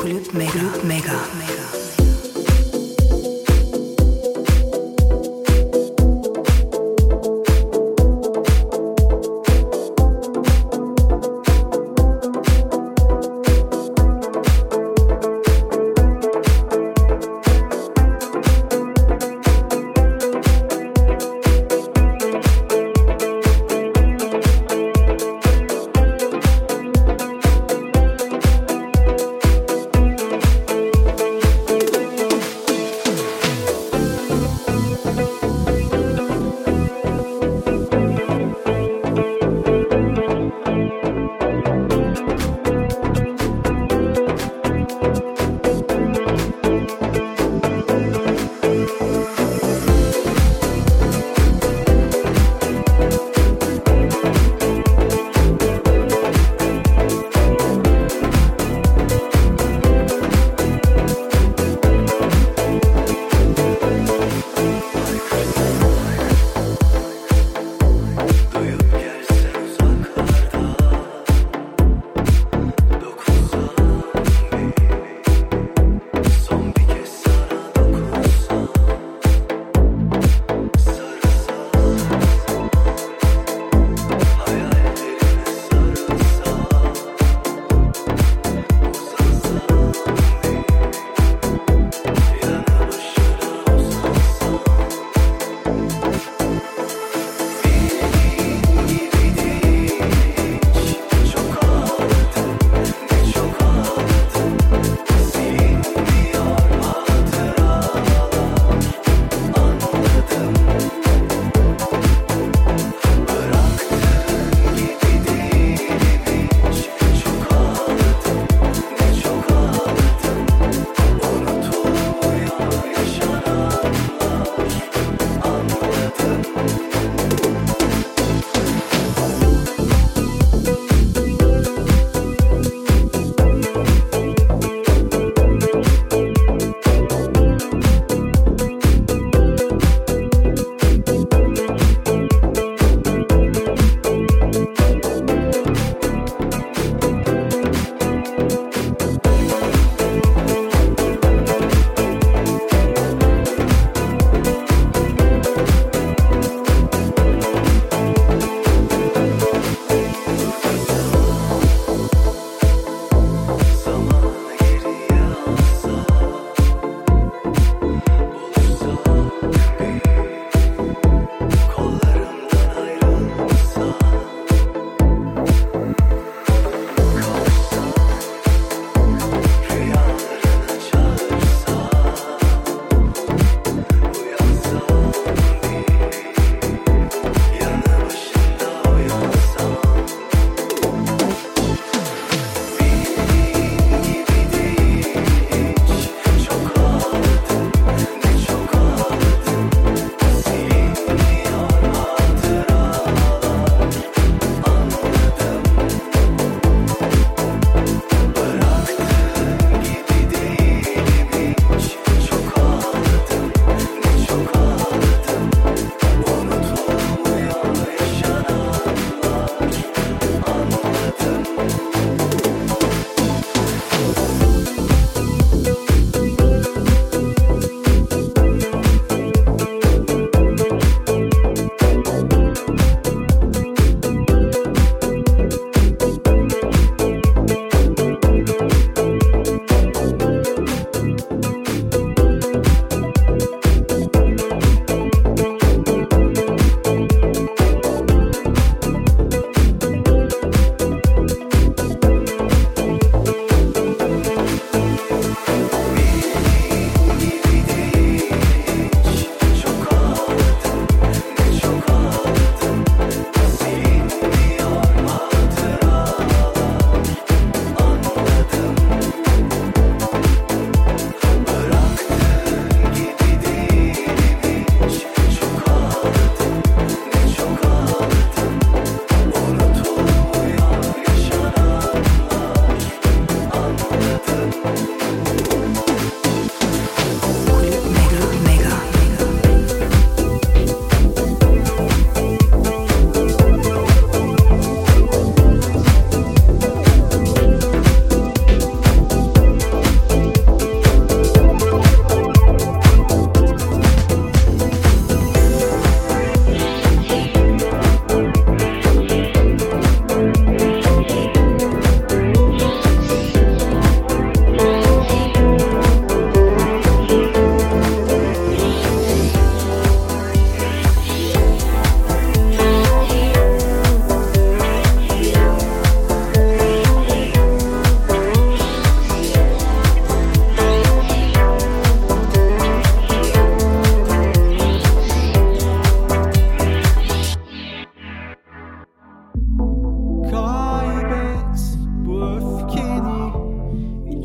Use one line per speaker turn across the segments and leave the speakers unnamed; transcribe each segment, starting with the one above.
Kulüp Mega.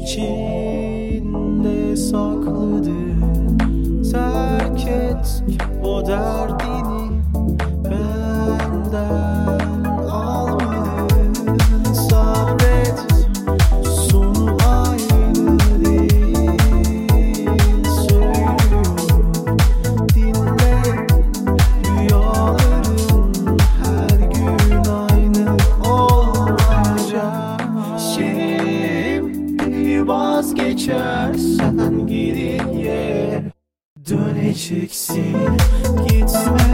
içinde saklıdır. Terk et o derdini benden almadın. Sabret, sonu aynı değil. Söylüyorum, dinle. Rüyaların her gün aynı olmayacak. Şimdi vazgeçersen geriye döneceksin. Gitme,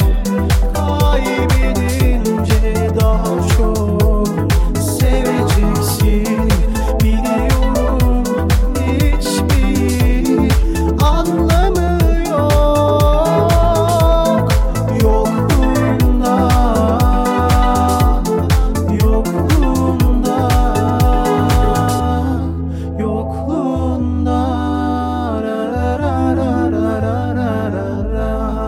kaybedince daha çok seveceksin. Biliyorum hiçbir anlamı yok yokluğunda, yokluğunda, yokluğunda. Ra ra ra ra ra ra ra ra.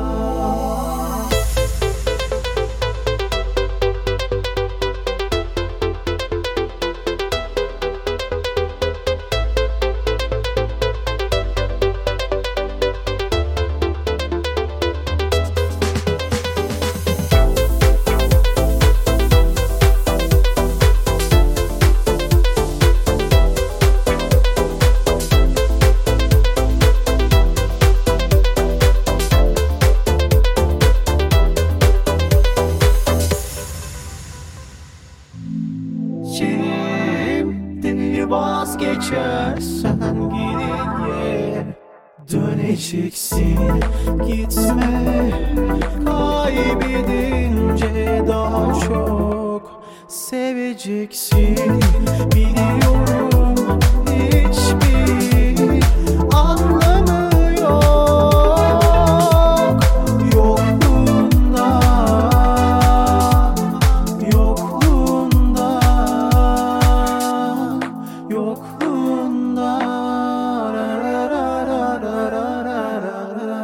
Şimdi vazgeçersen geriye döneceksin. Gitme, kaybedince daha çok seveceksin. Biliyorum hiçbir anlamı yok yokluğunda, yokluğunda, yokluğunda. Ra ra ra ra ra ra ra ra.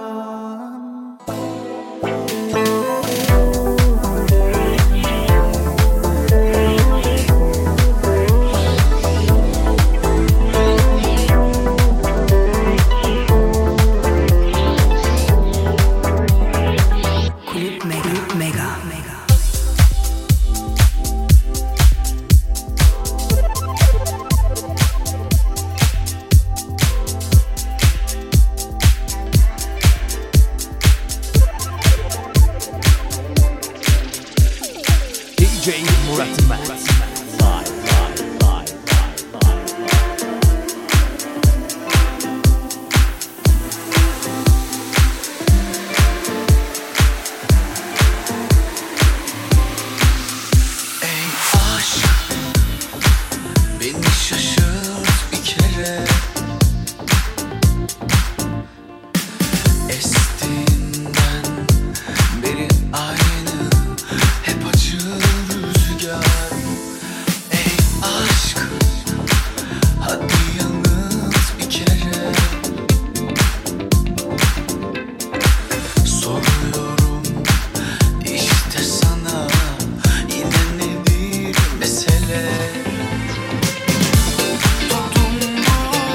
DJ Murat Mert.
Ey aşk, beni şaşırt bir kere. Estiğinden beri aynı, hep acı rüzgar. Ey aşk, hadi yanıt bir kere. Soruyorum işte sana, yine nedir mesele? Tutunduğum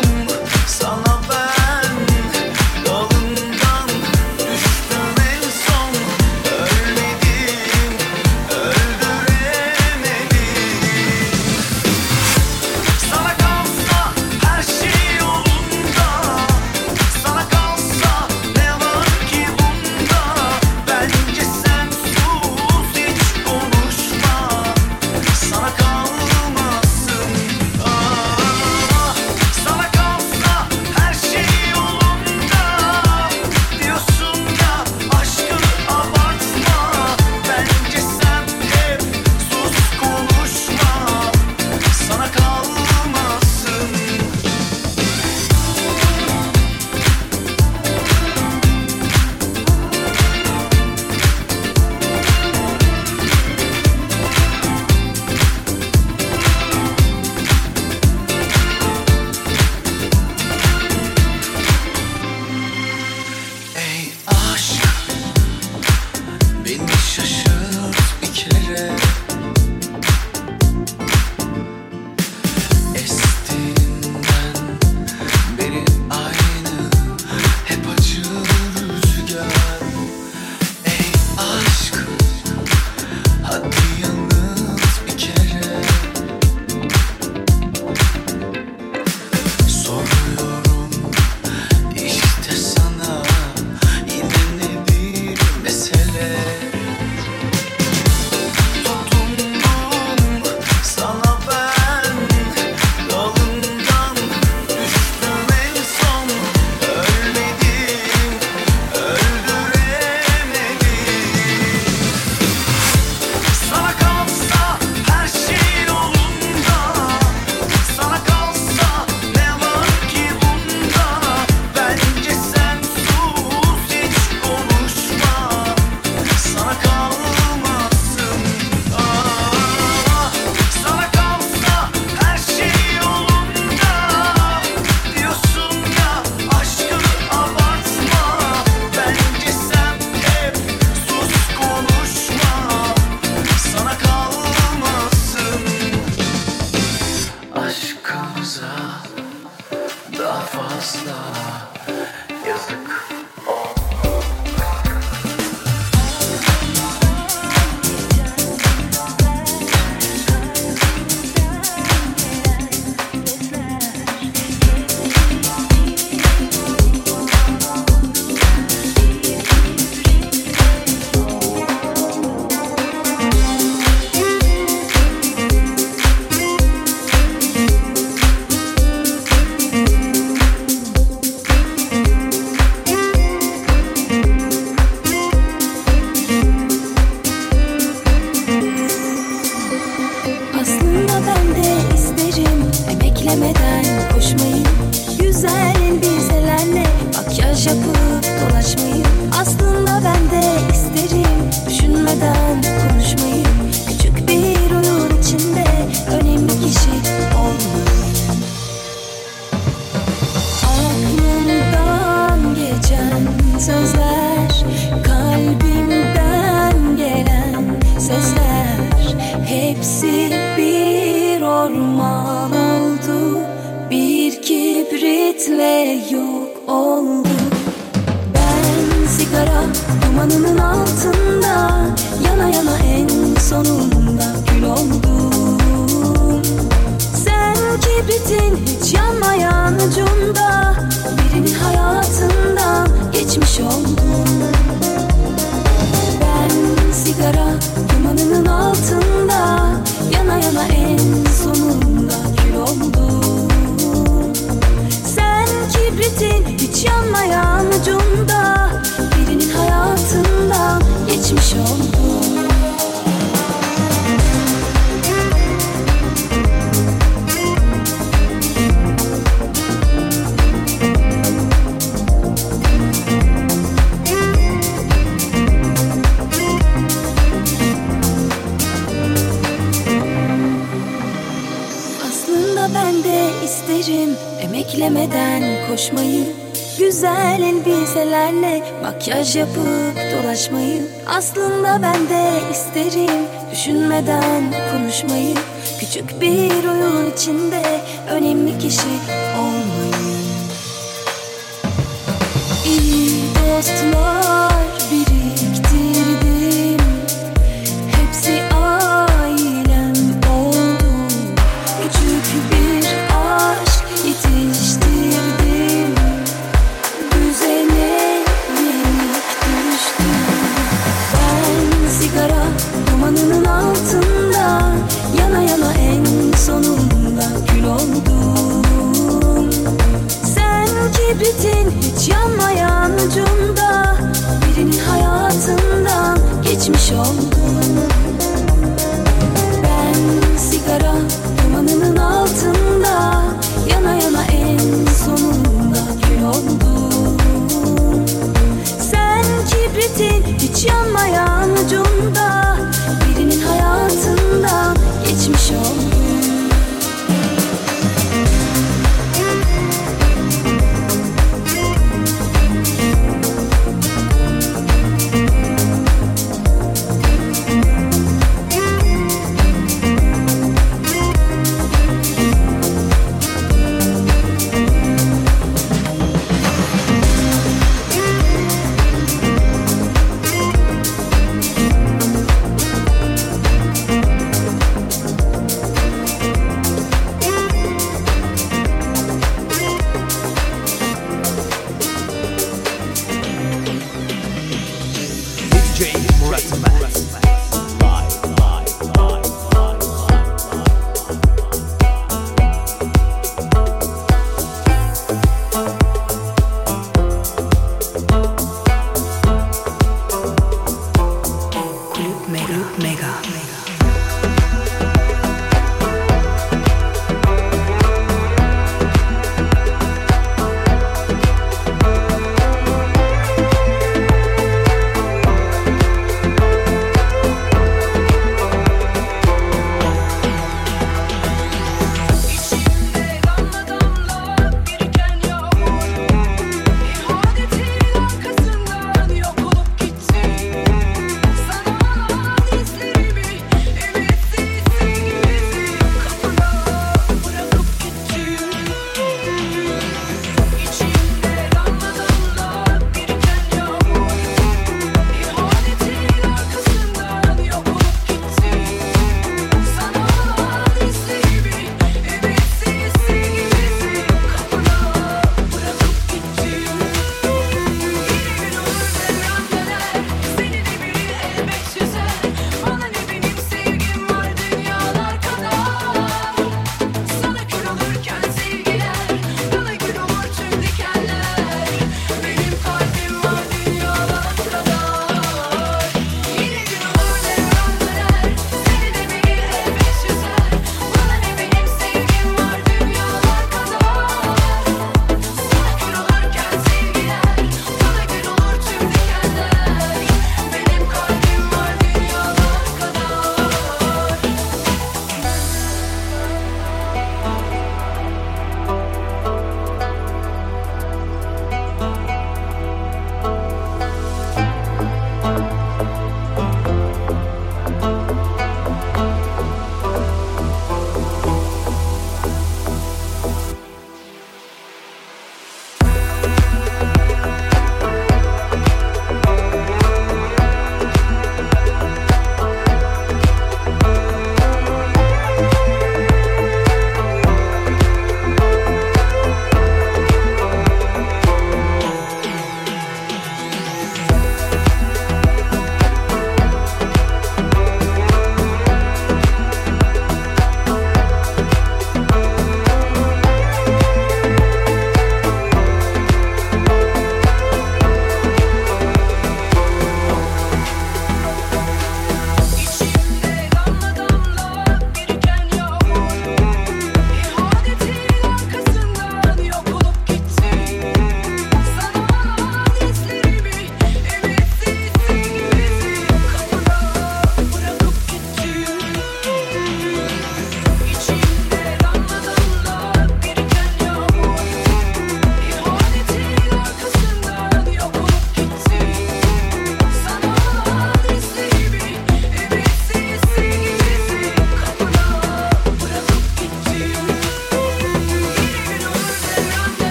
daha fazla yazık.
Makyaj yapıp dolaşmayı, aslında ben de isterim. Düşünmeden konuşmayı, küçük bir oyun içinde önemli kişi olmayı. İyi dostlar biriktirdim, hepsi ailem oldu. Küçük bir aşk yetiştirdim, düzene sigara dumanının altında, yana yana en sonunda kül oldum. Sen kibritin hiç yanmayan ucunda, birinin hayatından geçmiş oldum. Ben sigara dumanının altında, yana yana en sonunda kül oldum. Sen kibritin hiç yanmayan ucunda, birinin hayatından geçmiş oldum.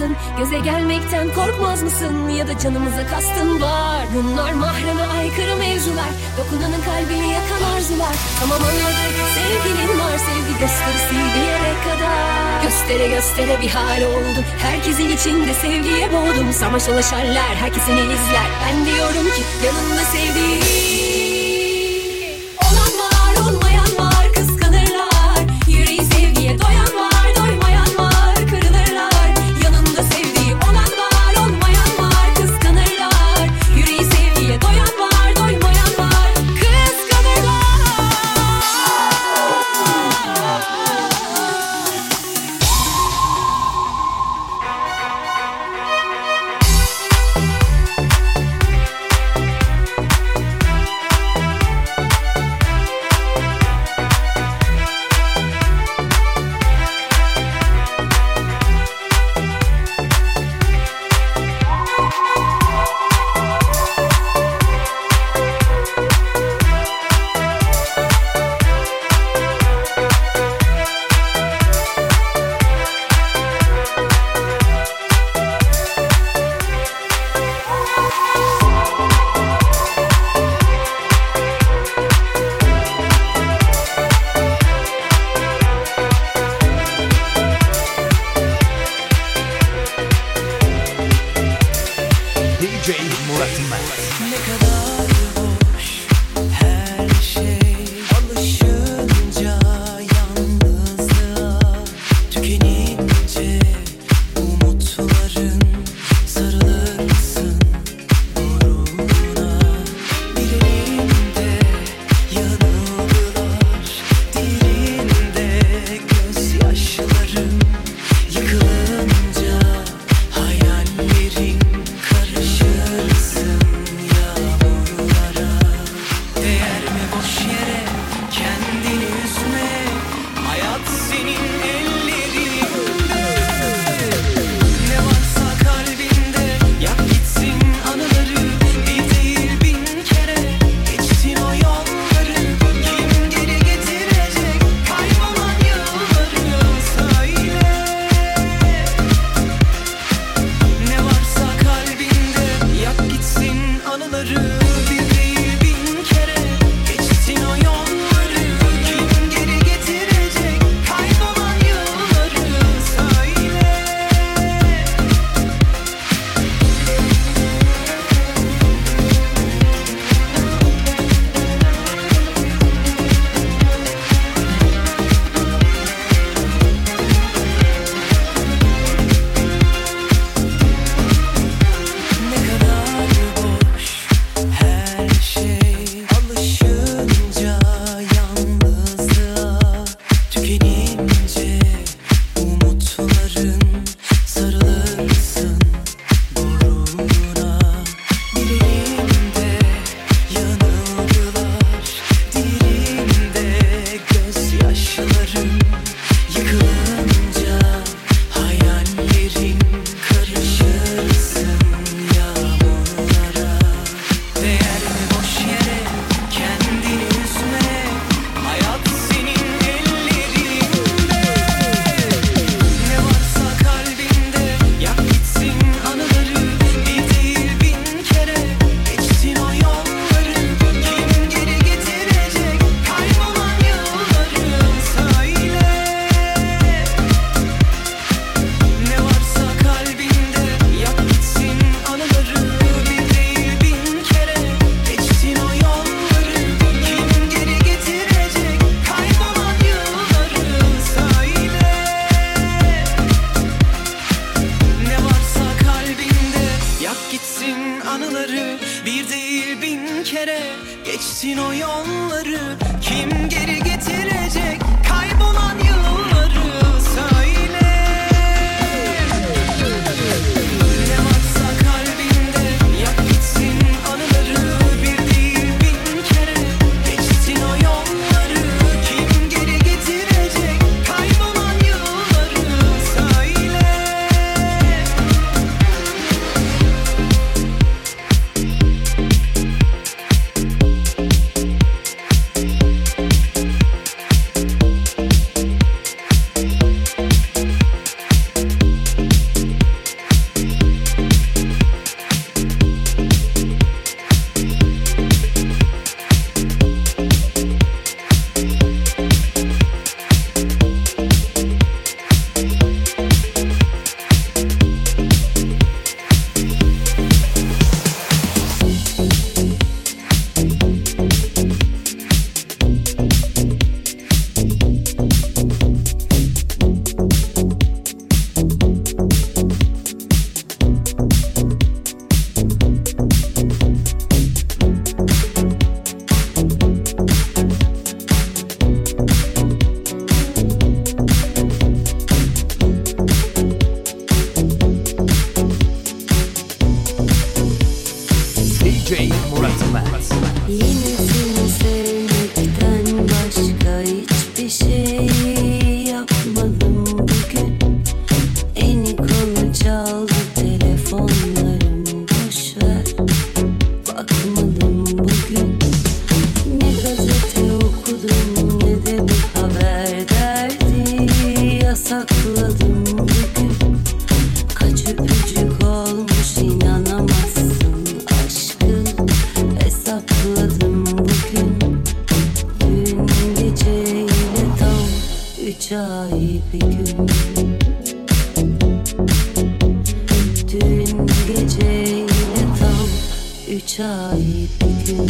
sandın? Göze gelmekten korkmaz mısın? Ya da canımıza kastın var? Bunlar mahreme aykırı mevzular, dokunanın kalbini yakan arzular. Tamam anladık, sevgilin var, sevgi gösterisi bir yere kadar. Göstere göstere bir hal oldum, herkesin içinde sevgiye boğdum. Samaşalaşarlar, herkes seni izler, ben diyorum ki yanımda sevdiğim. Olan var, olmayan var, kıskanırlar. Yüreği sevgiye doyan var, doymayan var, kırılırlar. Yanında sevdiği olan var, olmayan var, kıskanırlar. Yüreği sevgiye doyan var, doymayan var, kıskanırlar.
DJ Murat İlmez.
Ne kadar boş her şey, alışınca yalnızlığa, tükenince umutların, sarılırsın gururuna. Bir elinde yanılgılar, diğerinde gözyaşlarım. Yıkılınca hayallerin, karışırsın yağmurlara. Değer mi boş yere kendini üzme, hayat senin ellerinde. Ne varsa kalbinde yak gitsin anıları, bir değil bin kere geçsin o yolları. Kim geri getirecek kaybolan yılları? Söyle. Ne varsa kalbinde yak gitsin anıları, bir değil bin kere geçsin o yolları. Kim geri getirecek kaybolan yılları? Söyle. Ne kadar boş her şey, alışınca yalnızlığa, tükenince umutların, sarılırsın gururuna. Bir elinde yanılgılar, diğerinde gözyaşlarım. Yıkılınca hayallerin, karışırsın yağmurlara. Değer mi boş yere kendini üzme, hayat senin ellerinde. Ne varsa kalbinde yak gitsin anıları, bir değil bin kere geçsin o yolları. Kim geri getirecek kaybolan yılları? Söyle. Ne varsa kalbinde yak gitsin anıları, bir değil bin kere geçsin o yolları. Kim geri getirecek kaybolan yılları? Söyle. Ne varsa kalbinde yak gitsin anıları, bir değil bin kere geçsin o yolları. Kim geri getirecek kaybolan yılları? Söyle. Ne varsa kalbinde yak gitsin anıları, bir değil bin kere geçsin o yolları. Kim geri getirecek kaybolan yılları? Söyle.
Murat Mert.
Yine seni sevmekten başka hiçbir şey yapmadım bugün. Eni konu çaldı telefonlarım, boşver bakmadım bugün. Ne gazete okudum ne de bir haber derdi, yasakladım bugün. Kaç öpücük olmuş inanamazsın, aşkı hesapladım bugün. Dün geceyle tam 3 ay bir gün. Dün geceyle tam 3 ay bir gün.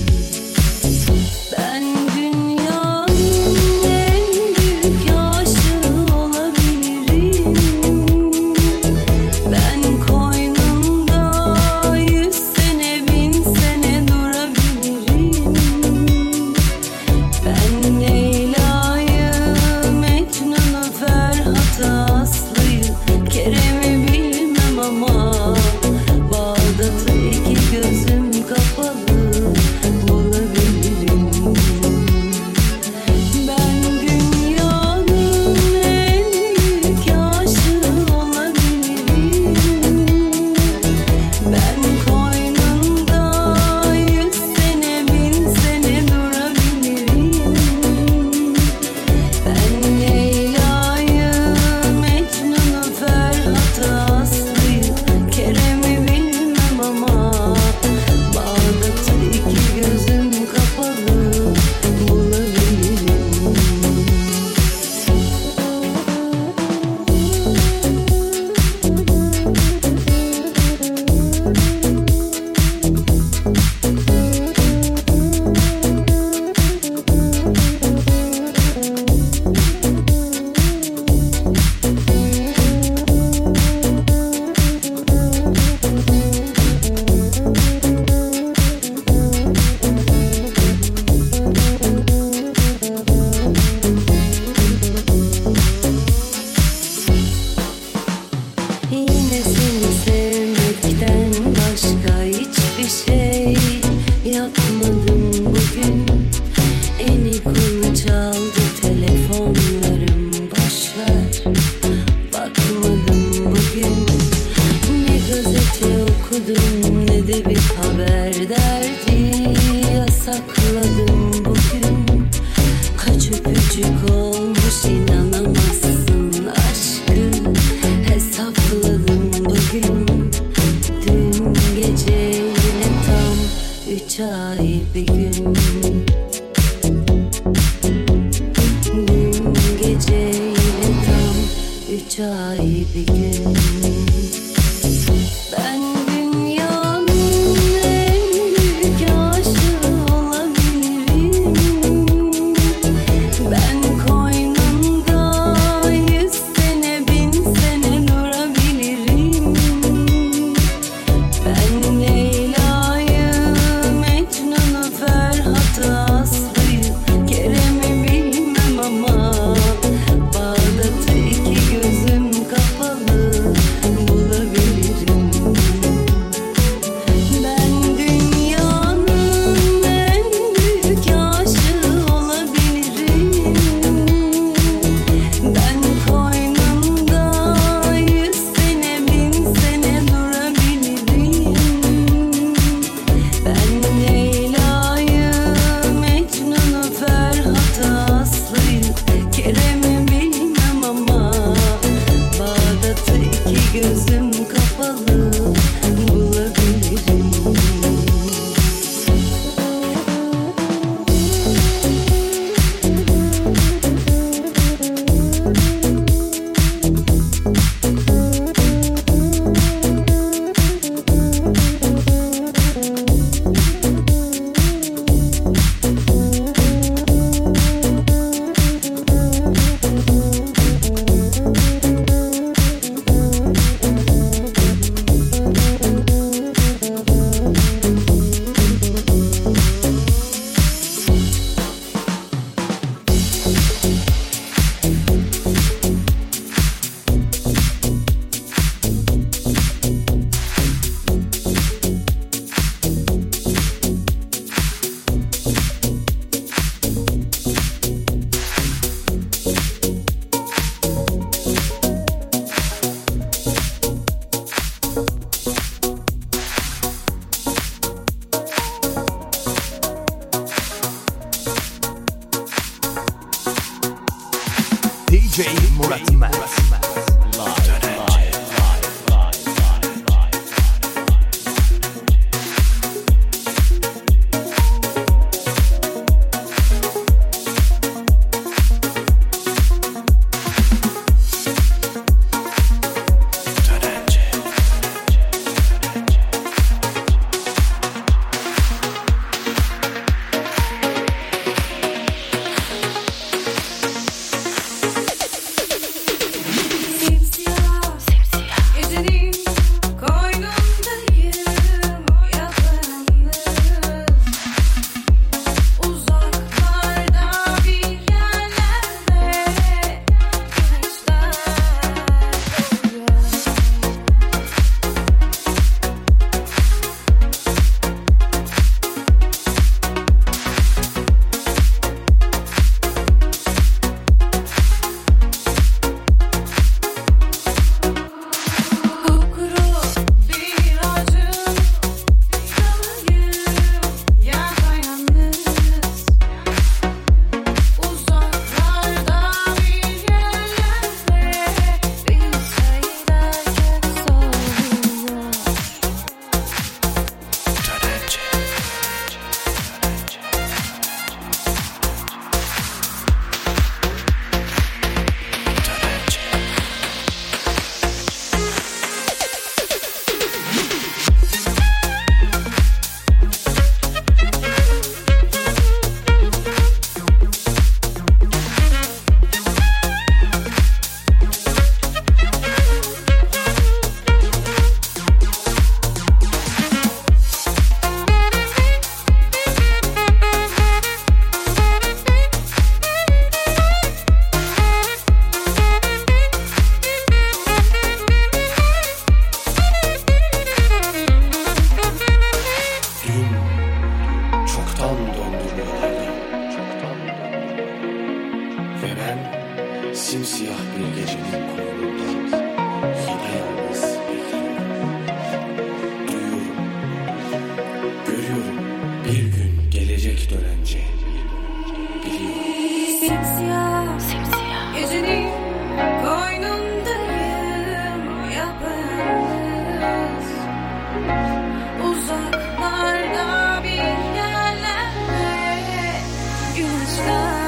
Ben dünyanın en büyük aşığı olabilirim. Ben koynumda 100 sene 1000 sene durabilirim. Ben Leyla'yı, Mecnun'u, Ferhat'ı, Aslı'yı, Kerem'i bilmem ama Bağdat'ı iki gözüm kapalı bulabilirim. Ben dünyanın en büyük aşığı olabilirim. Ben koynumda 100 sene 1000 sene durabilirim. Ben Leyla'yı, Mecnun'u, Ferhat'ı, Aslı'yı, Kerem'i bilmem ama Bağdat'ı iki gözüm kapalı bulabilirim. Yine seni sevmekten başka hiçbir şey yapmadım bugün. Eni konu çaldı telefonlarım, boşver bakmadım bugün. Ne gazete okudum ne de bir haber derdi, yasakladım bugün. Kaç öpücük olmuş inanamazsın, aşkı hesapladım bugün. Dün geceyle tam 3 ay bir gün. Dün geceyle tam 3 ay bir gün. Ben dünyanın en büyük aşığı olabilirim. Ben koynumda 100 sene 1000 sene durabilirim. Ben Leyla'yı, Mecnun'u, Ferhat'ı, Aslı'yı, Kerem'i bilmem ama Bağdat'ı iki gözüm kapalı
DJ Murat Mert.
Simsiyah bir gecenin koynunda yine yalnız bekliyorum. Duyuyorum, görüyorum bir gün gelecek dönence. Biliyorum.
Simsiyah gecenin koynundayım, yapayalnız. Uzaklarda bir yerlerde güneşler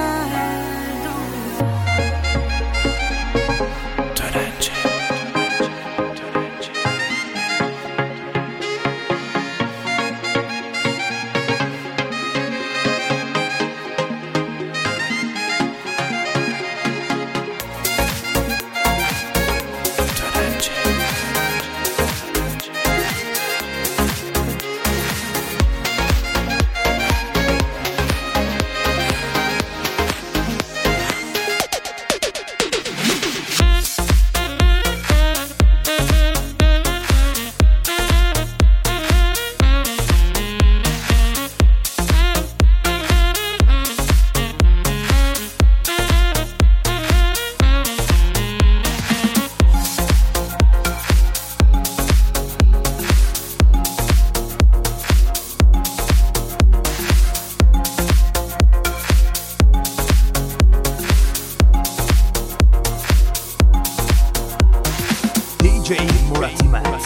DJ Murat Mert.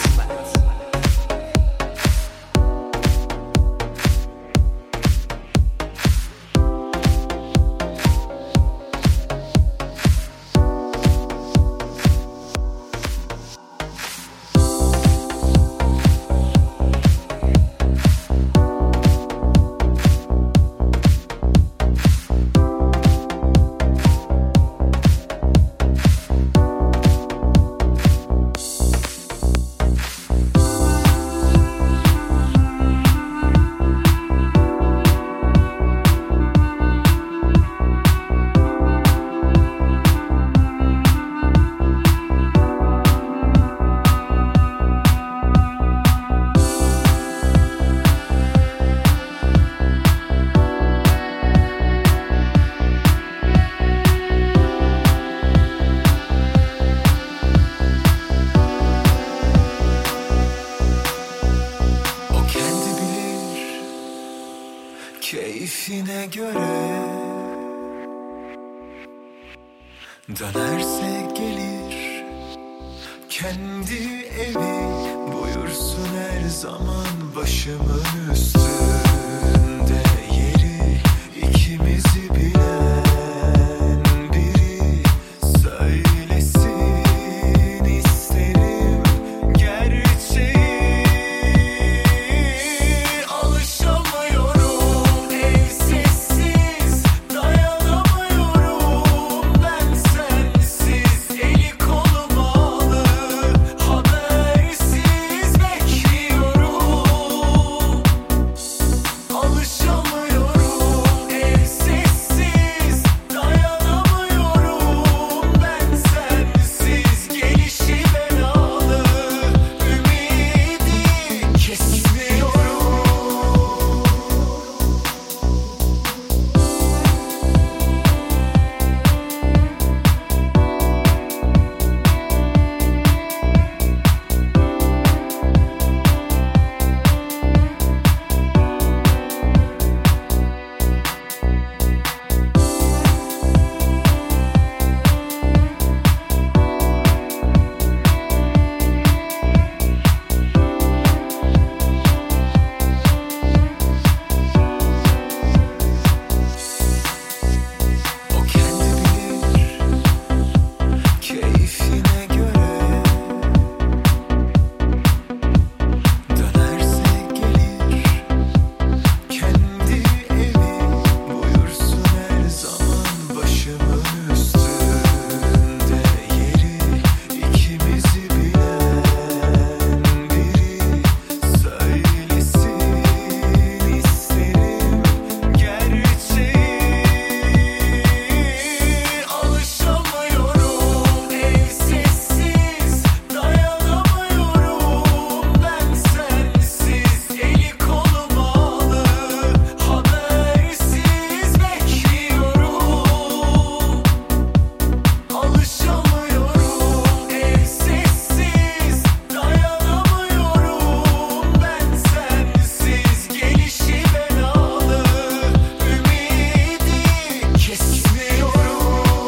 Keyfine göre
Dönerse gelir kendi evi, buyursun her zaman başımın üstünde yeri. İkimizi bilen biri söylesin isterim gerçeği. Alışamıyorum ev sessiz, dayanamıyorum ben sensiz. Eli kolu bağlı, habersiz bekliyorum. Alışamıyorum ev sessiz, dayanamıyorum ben sensiz. Gelişi belalı, ümidi kesmiyorum. O kendi bilir keyfine göre. Dönerse gelir kendi evi, buyursun her zaman başımın üstünde yeri. İkimizi bilen biri söylesin isterim gerçeği. Alışamıyorum ev sessiz, dayanamıyorum ben sensiz. Eli kolu bağlı, habersiz bekliyorum. Alışamıyorum ev sessiz, dayanamıyorum ben sensiz. Gelişi belalı, ümidi kesmiyorum.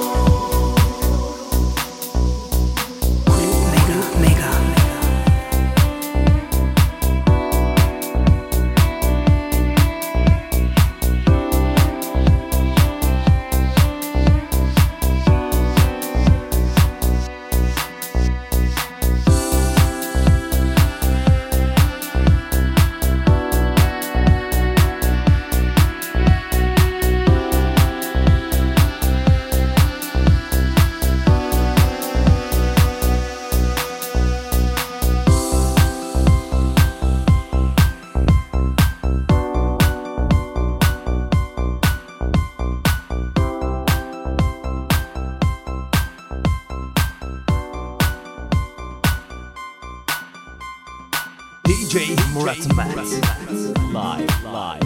DJ Murat Mert. Live.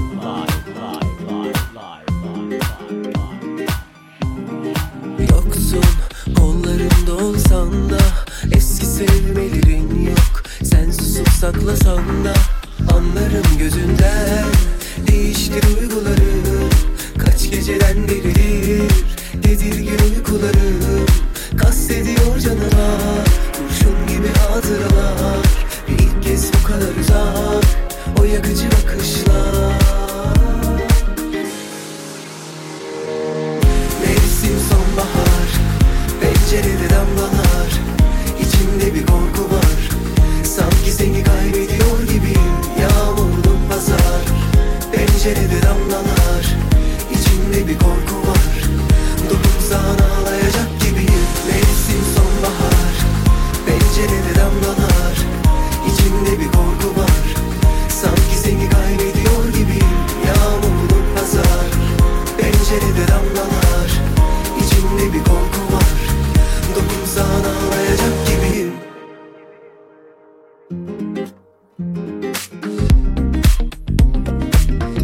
Yoksun kollarımda olsan da, eski sevmelerin yok. Sen susup saklasan da anlarım gözünden. Değiştir uygularım, kaç geceden beridir tedirgin uykularım. Kastediyor canıma kurşun gibi hatıralar. Bir ilk kez bu kadar uzak, o yakıcı bakışlar. Mevsim sonbahar, pencerede damlalar. İçimde bir korku var, sanki seni kaybediyor gibiyim. Yağmurlu pazar, pencerede damlalar. İçimde bir korku var, dokunsan ağlayacak gibiyim. Mevsim sonbahar, pencerede damlalar. İçimde bir korku var, sanki seni kaybediyor gibiyim. Yağmurlu pazar, pencerede damlalar. İçimde bir korku var, dokunsan ağlayacak gibiyim.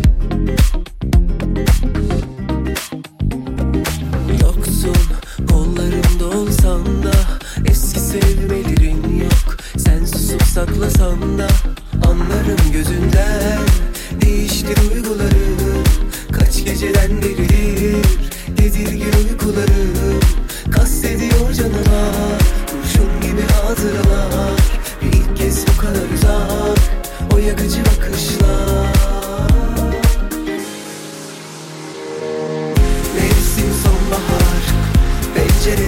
Yoksun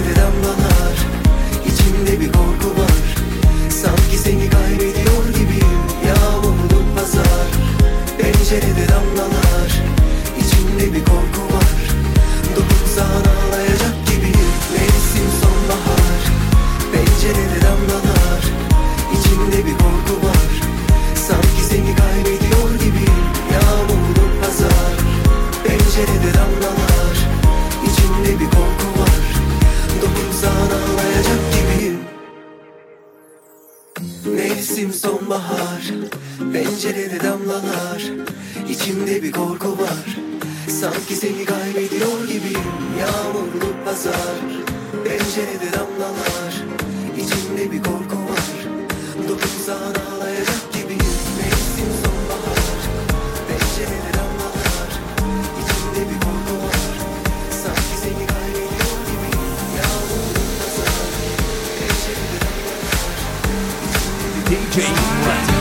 Pencerede damlalar, içimde bir korku var. Sanki seni kaybediyor gibiyim. Yağmurlu pazar. Pencerede damlalar, içimde bir korku var. Dokunsan ağlayacak gibiyim. Mevsim sonbahar. Pencerede damlalar, içimde bir korku var. Sanki seni kaybediyor gibiyim. Yağmurlu pazar. Pencerede damlalar, içimde bir korku var. Dokunsan ağlayacak gibiyim. Mevsim sonbahar. Pencerede damlalar, içimde bir korku var. Sanki seni kaybediyor gibiyim. Yağmurlu pazar. Pencerede damlalar, içimde bir korku var. Dokunsan ağlayacak gibiyim. Mevsim sonbahar. Pencerede damlalar, içimde bir korku var. Sanki seni kaybediyor gibiyim. Yağmurlu pazar. Pencerede damlalar, içimde bir korku var.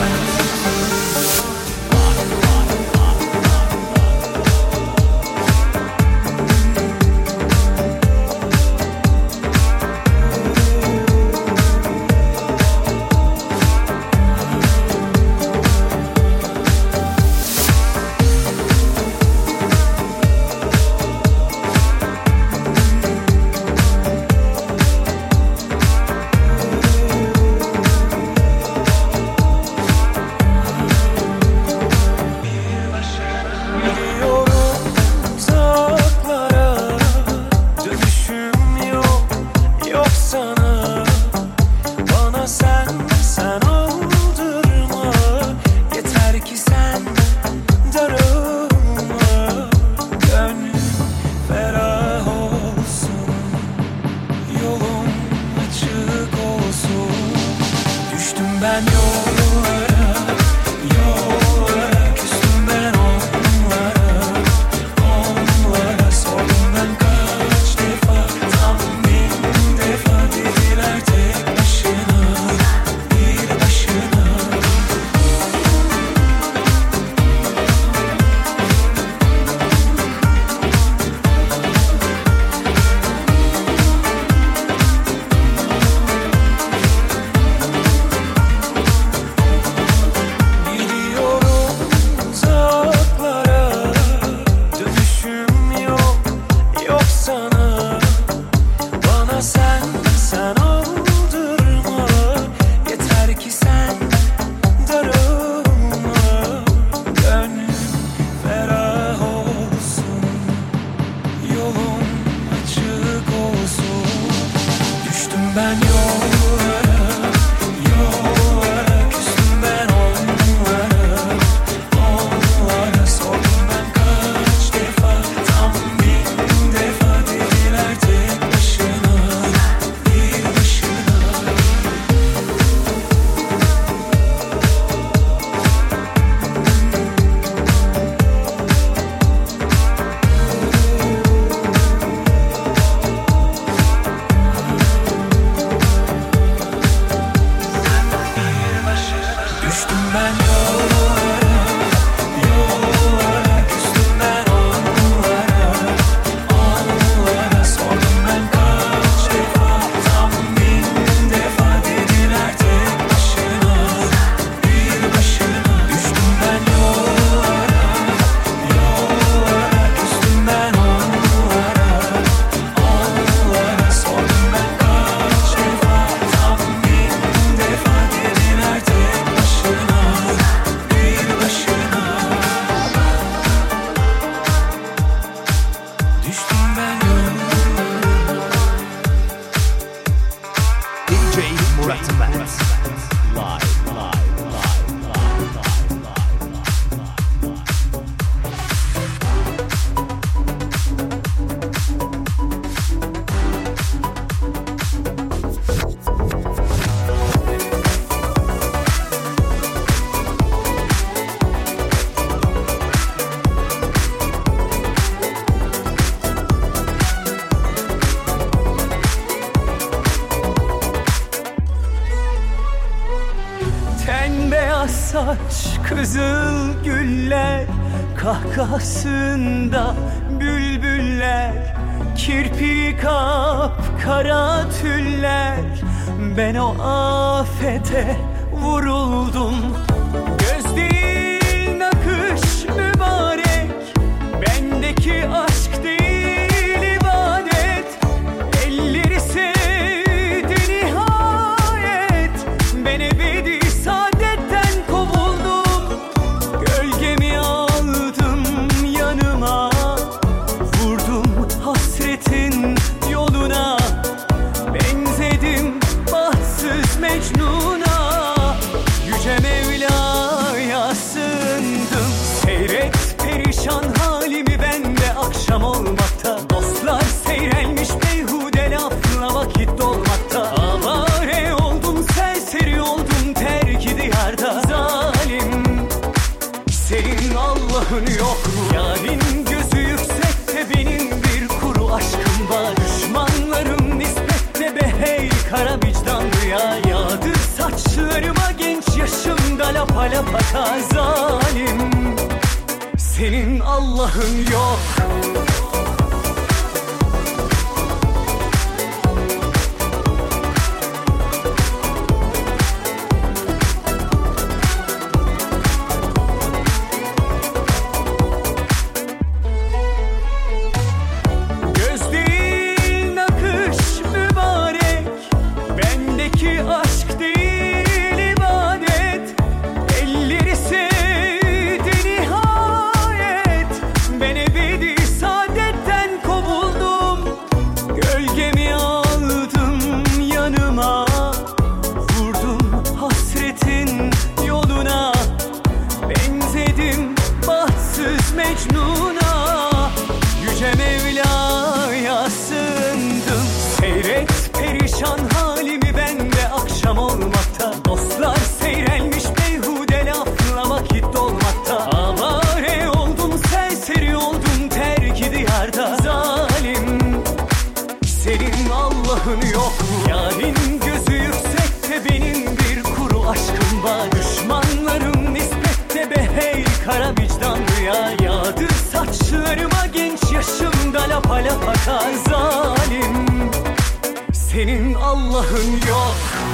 saç kızıl güller, kahkahasında bülbüller,
kirpi kapkara tüller, ben o afete vuruldum. Göz değil nakış mübarek, bendeki aşk değil ibadet. Elleri sevdi nihayet, ben ebedi saadetten kovuldum. Gölgemi aldım yanıma, vurdum hasretin yoluna. Benzedim bahtsız Mecnun'a, Yüce Mevla'ya sığındım. Seyret perişan halimi, bende akşam olmakta. Dostlar seyrelmiş beyhude lafla vakit dolmakta. Avare oldum, serseri oldum terk-i diyarda. Zalim, senin Allah'ın yok mu? Yarın gözü yüksekte, benim bir kuru aşkım var. Düşmanlarım nispette be hey kara vicdanlı ya. Yağdır saçlarıma genç yaşımda lapa lapa. Zalim, senin Allah'ın yok. Göz değil nakış mübarek, bendeki aşk değil ibadet. Elleri sevdi nihayet, ben ebedi saadetten kovuldum. Gölgemi aldım yanıma, vurdum hasretin yoluna. Benzedim bahtsız Mecnun'a, Yüce Mevla'ya sığındım. Seyret perişan halimi, bende akşam olmakta. Dostlar seyrelmiş beyhude lafla vakit dolmakta. Avare oldum, serseri oldum terk-i diyarda. Zalim, senin Allah'ın yok mu? Yarın gözü yüksekte, benim bir kuru aşkım var. Düşmanlarım nispette be hey kara vicdanlı ya. Yağdır saçlarıma genç yaşımda lapa lapa. Zalim, senin Allah'ın yok.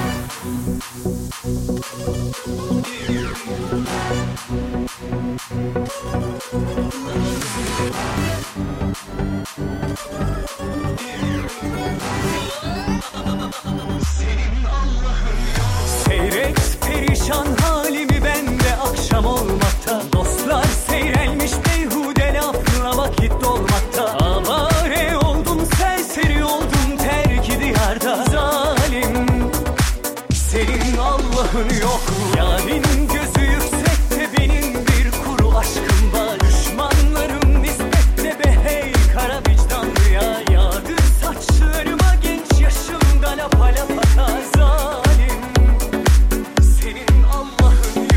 Seyret perişan halimi, bende akşam olmakta. Dostlar seyrelmiş beyhude lafla vakit dolmakta. Avare oldum, serseri oldum terk-i diyarda. Zalim, senin Allah'ın yok mu? Yarın gözü yüksekte, benim bir kuru aşkım var. Düşmanlarım nispette be hey kara vicdanlı ya. Yağdır saçlarıma genç yaşımda lapa lapa. Zalim, senin Allah'ın yok.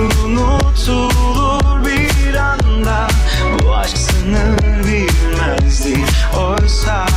unutulur bir anda. Bu aşk sınır bilmezdi oysa.